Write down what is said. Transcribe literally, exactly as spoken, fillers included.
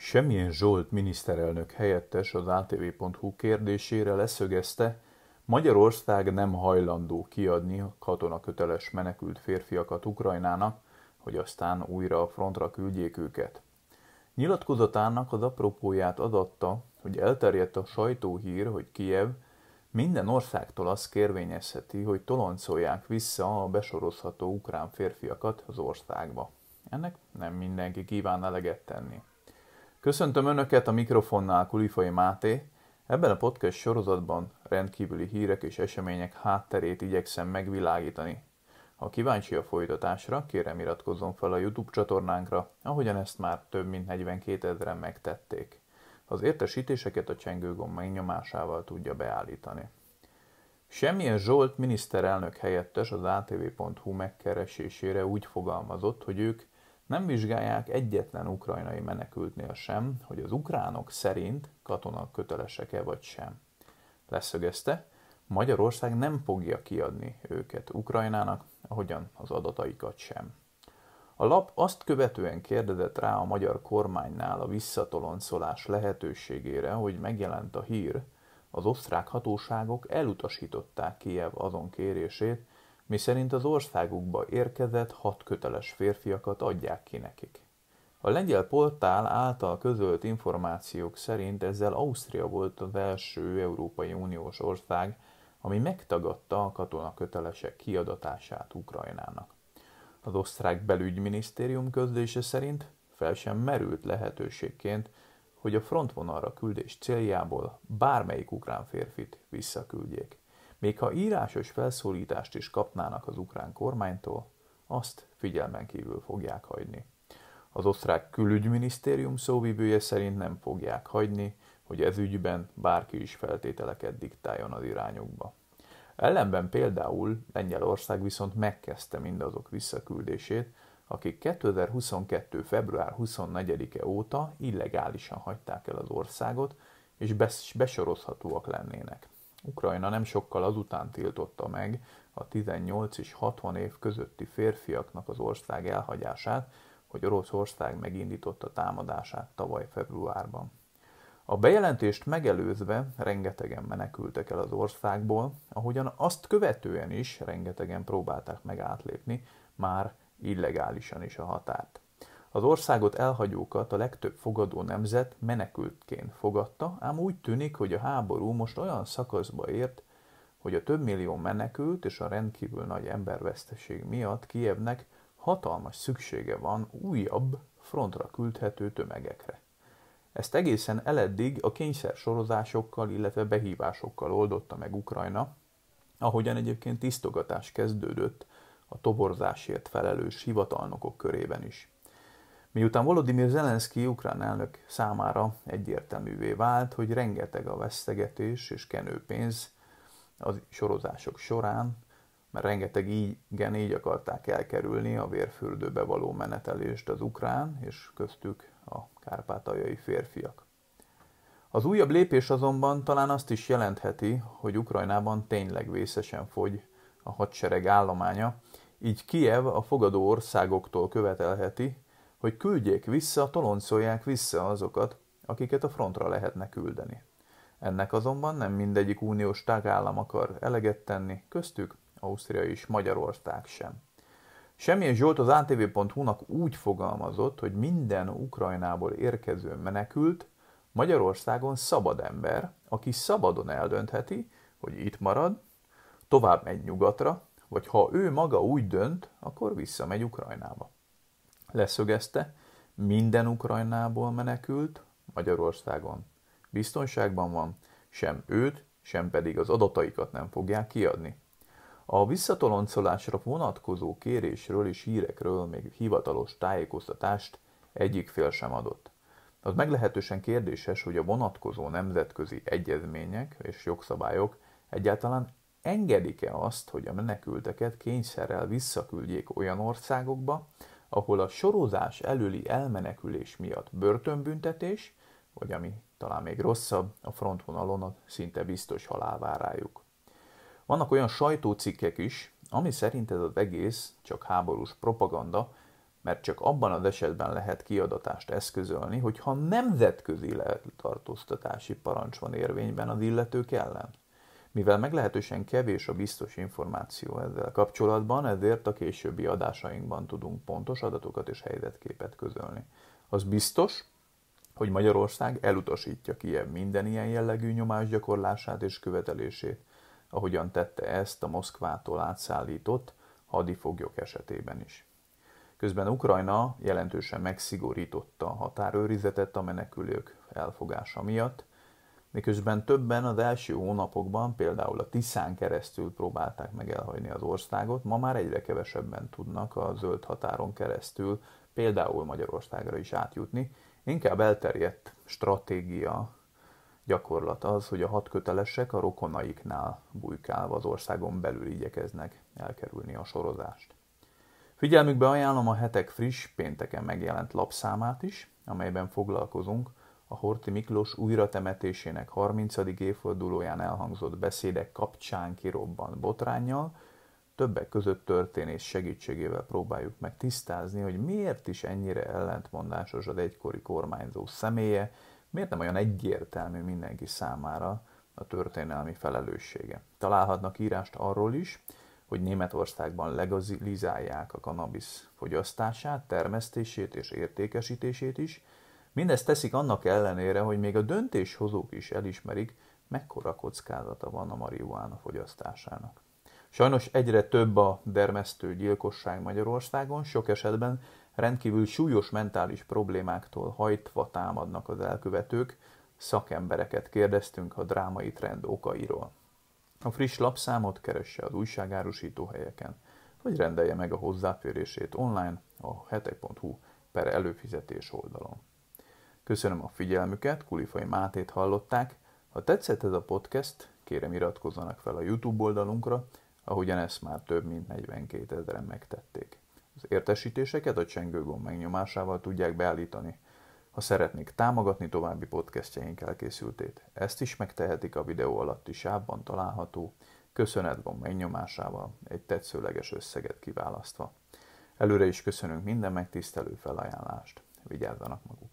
Semjén Zsolt miniszterelnök helyettes az á té vé pont hú kérdésére leszögezte, Magyarország nem hajlandó kiadni katonaköteles menekült férfiakat Ukrajnának, hogy aztán újra a frontra küldjék őket. Nyilatkozatának az apropóját adatta, hogy elterjedt a sajtóhír, hogy Kijev minden országtól azt kérvényezheti, hogy toloncolják vissza a besorozható ukrán férfiakat az országba. Ennek nem mindenki kíván eleget tenni. Köszöntöm Önöket, a mikrofonnál Kulifai Máté. Ebben a podcast sorozatban rendkívüli hírek és események hátterét igyekszem megvilágítani. Ha kíváncsi a folytatásra, kérem iratkozzon fel a YouTube csatornánkra, ahogyan ezt már több mint negyvenkétezren megtették. Az értesítéseket a csengőgomb megnyomásával tudja beállítani. Semjén Zsolt miniszterelnök helyettes az á té vé pont hú megkeresésére úgy fogalmazott, hogy ők nem vizsgálják egyetlen ukrajnai menekültnél sem, hogy az ukránok szerint katonak kötelesek-e vagy sem. Leszögezte, Magyarország nem fogja kiadni őket Ukrajnának, ahogyan az adataikat sem. A lap azt követően kérdezett rá a magyar kormánynál a visszatoloncolás lehetőségére, hogy megjelent a hír, az osztrák hatóságok elutasították Kijev azon kérését, miszerint az országukba érkezett hat köteles férfiakat adják ki nekik. A lengyel portál által közölt információk szerint ezzel Ausztria volt az első Európai Uniós ország, ami megtagadta a katonakötelesek kiadatását Ukrajnának. Az osztrák belügyminisztérium közlése szerint fel sem merült lehetőségként, hogy a frontvonalra küldés céljából bármelyik ukrán férfit visszaküldjék. Még ha írásos felszólítást is kapnának az ukrán kormánytól, azt figyelmen kívül fogják hagyni. Az osztrák külügyminisztérium szóvivője szerint nem fogják hagyni, hogy ez ügyben bárki is feltételeket diktáljon az irányukba. Ellenben például Lengyelország viszont megkezdte mindazok visszaküldését, akik kétezer-huszonkettő. február huszonnegyedike óta illegálisan hagyták el az országot, és besorozhatóak lennének. Ukrajna nem sokkal azután tiltotta meg a tizennyolc és hatvan év közötti férfiaknak az ország elhagyását, hogy Oroszország megindította támadását tavaly februárban. A bejelentést megelőzve rengetegen menekültek el az országból, ahogyan azt követően is rengetegen próbálták meg átlépni, már illegálisan is a határt. Az országot elhagyókat a legtöbb fogadó nemzet menekültként fogadta, ám úgy tűnik, hogy a háború most olyan szakaszba ért, hogy a több millió menekült és a rendkívül nagy emberveszteség miatt Kijevnek hatalmas szüksége van újabb, frontra küldhető tömegekre. Ezt egészen eleddig a kényszersorozásokkal, illetve behívásokkal oldotta meg Ukrajna, ahogyan egyébként tisztogatás kezdődött a toborzásért felelős hivatalnokok körében is. Miután Volodymyr Zelenszky ukrán elnök számára egyértelművé vált, hogy rengeteg a vesztegetés és kenőpénz a sorozások során, mert rengeteg így, igen, így akarták elkerülni a vérfürdőbe való menetelést az ukrán és köztük a kárpátaljai férfiak. Az újabb lépés azonban talán azt is jelentheti, hogy Ukrajnában tényleg vészesen fogy a hadsereg állománya, így Kijev a fogadó országoktól követelheti, hogy küldjék vissza, toloncolják vissza azokat, akiket a frontra lehetne küldeni. Ennek azonban nem mindegyik uniós tagállam akar eleget tenni, köztük Ausztria és Magyarország sem. Semjén Zsolt az á té vé pont hú-nak úgy fogalmazott, hogy minden Ukrajnából érkező menekült Magyarországon szabad ember, aki szabadon eldöntheti, hogy itt marad, tovább megy nyugatra, vagy ha ő maga úgy dönt, akkor visszamegy Ukrajnába. Leszögezte, minden Ukrajnából menekült Magyarországon biztonságban van, sem őt, sem pedig az adataikat nem fogják kiadni. A visszatoloncolásra vonatkozó kérésről és hírekről még hivatalos tájékoztatást egyik fél sem adott. Az meglehetősen kérdéses, hogy a vonatkozó nemzetközi egyezmények és jogszabályok egyáltalán engedik-e azt, hogy a menekülteket kényszerrel visszaküldjék olyan országokba, ahol a sorozás előli elmenekülés miatt börtönbüntetés, vagy ami talán még rosszabb, a frontvonalon a szinte biztos halál vár rájuk. Vannak olyan sajtócikkek is, ami szerint ez az egész csak háborús propaganda, mert csak abban az esetben lehet kiadatást eszközölni, hogyha nemzetközi letartóztatási parancs van érvényben az illetők ellen. Mivel meglehetősen kevés a biztos információ ezzel kapcsolatban, ezért a későbbi adásainkban tudunk pontos adatokat és helyzetképet közölni. Az biztos, hogy Magyarország elutasítja Kijev minden ilyen jellegű nyomásgyakorlását és követelését, ahogyan tette ezt a Moszkvától átszállított hadifoglyok esetében is. Közben Ukrajna jelentősen megszigorította a határőrizetet a menekülők elfogása miatt, miközben többen az első hónapokban például a Tiszán keresztül próbálták meg elhagyni az országot, ma már egyre kevesebben tudnak a zöld határon keresztül például Magyarországra is átjutni. Inkább elterjedt stratégia, gyakorlat az, hogy a hadkötelesek a rokonaiknál bujkálva az országon belül igyekeznek elkerülni a sorozást. Figyelmükbe ajánlom a hetek friss, pénteken megjelent lapszámát is, amelyben foglalkozunk a Horthy Miklós újratemetésének harmincadik évfordulóján elhangzott beszédek kapcsán kirobbant botránnyal. Többek között történész segítségével próbáljuk meg tisztázni, hogy miért is ennyire ellentmondásos az egykori kormányzó személye, miért nem olyan egyértelmű mindenki számára a történelmi felelőssége. Találhatnak írást arról is, hogy Németországban legalizálják a kannabisz fogyasztását, termesztését és értékesítését is. Mindezt teszik annak ellenére, hogy még a döntéshozók is elismerik, mekkora kockázata van a marihuána fogyasztásának. Sajnos egyre több a dermesztő gyilkosság Magyarországon, sok esetben rendkívül súlyos mentális problémáktól hajtva támadnak az elkövetők, szakembereket kérdeztünk a drámai trend okairól. A friss lapszámot keresse az újságárusító helyeken, vagy rendelje meg a hozzáférését online a hetek pont hu per előfizetés oldalon. Köszönöm a figyelmüket, Kulifai Mátét hallották. Ha tetszett ez a podcast, kérem iratkozzanak fel a YouTube oldalunkra, ahogyan ezt már több mint negyvenkétezren megtették. Az értesítéseket a csengőgomb megnyomásával tudják beállítani. Ha szeretnék támogatni további podcastjaink elkészültét, ezt is megtehetik a videó alatti sávban található köszönetgomb megnyomásával egy tetszőleges összeget kiválasztva. Előre is köszönünk minden megtisztelő felajánlást. Vigyázzanak magukra!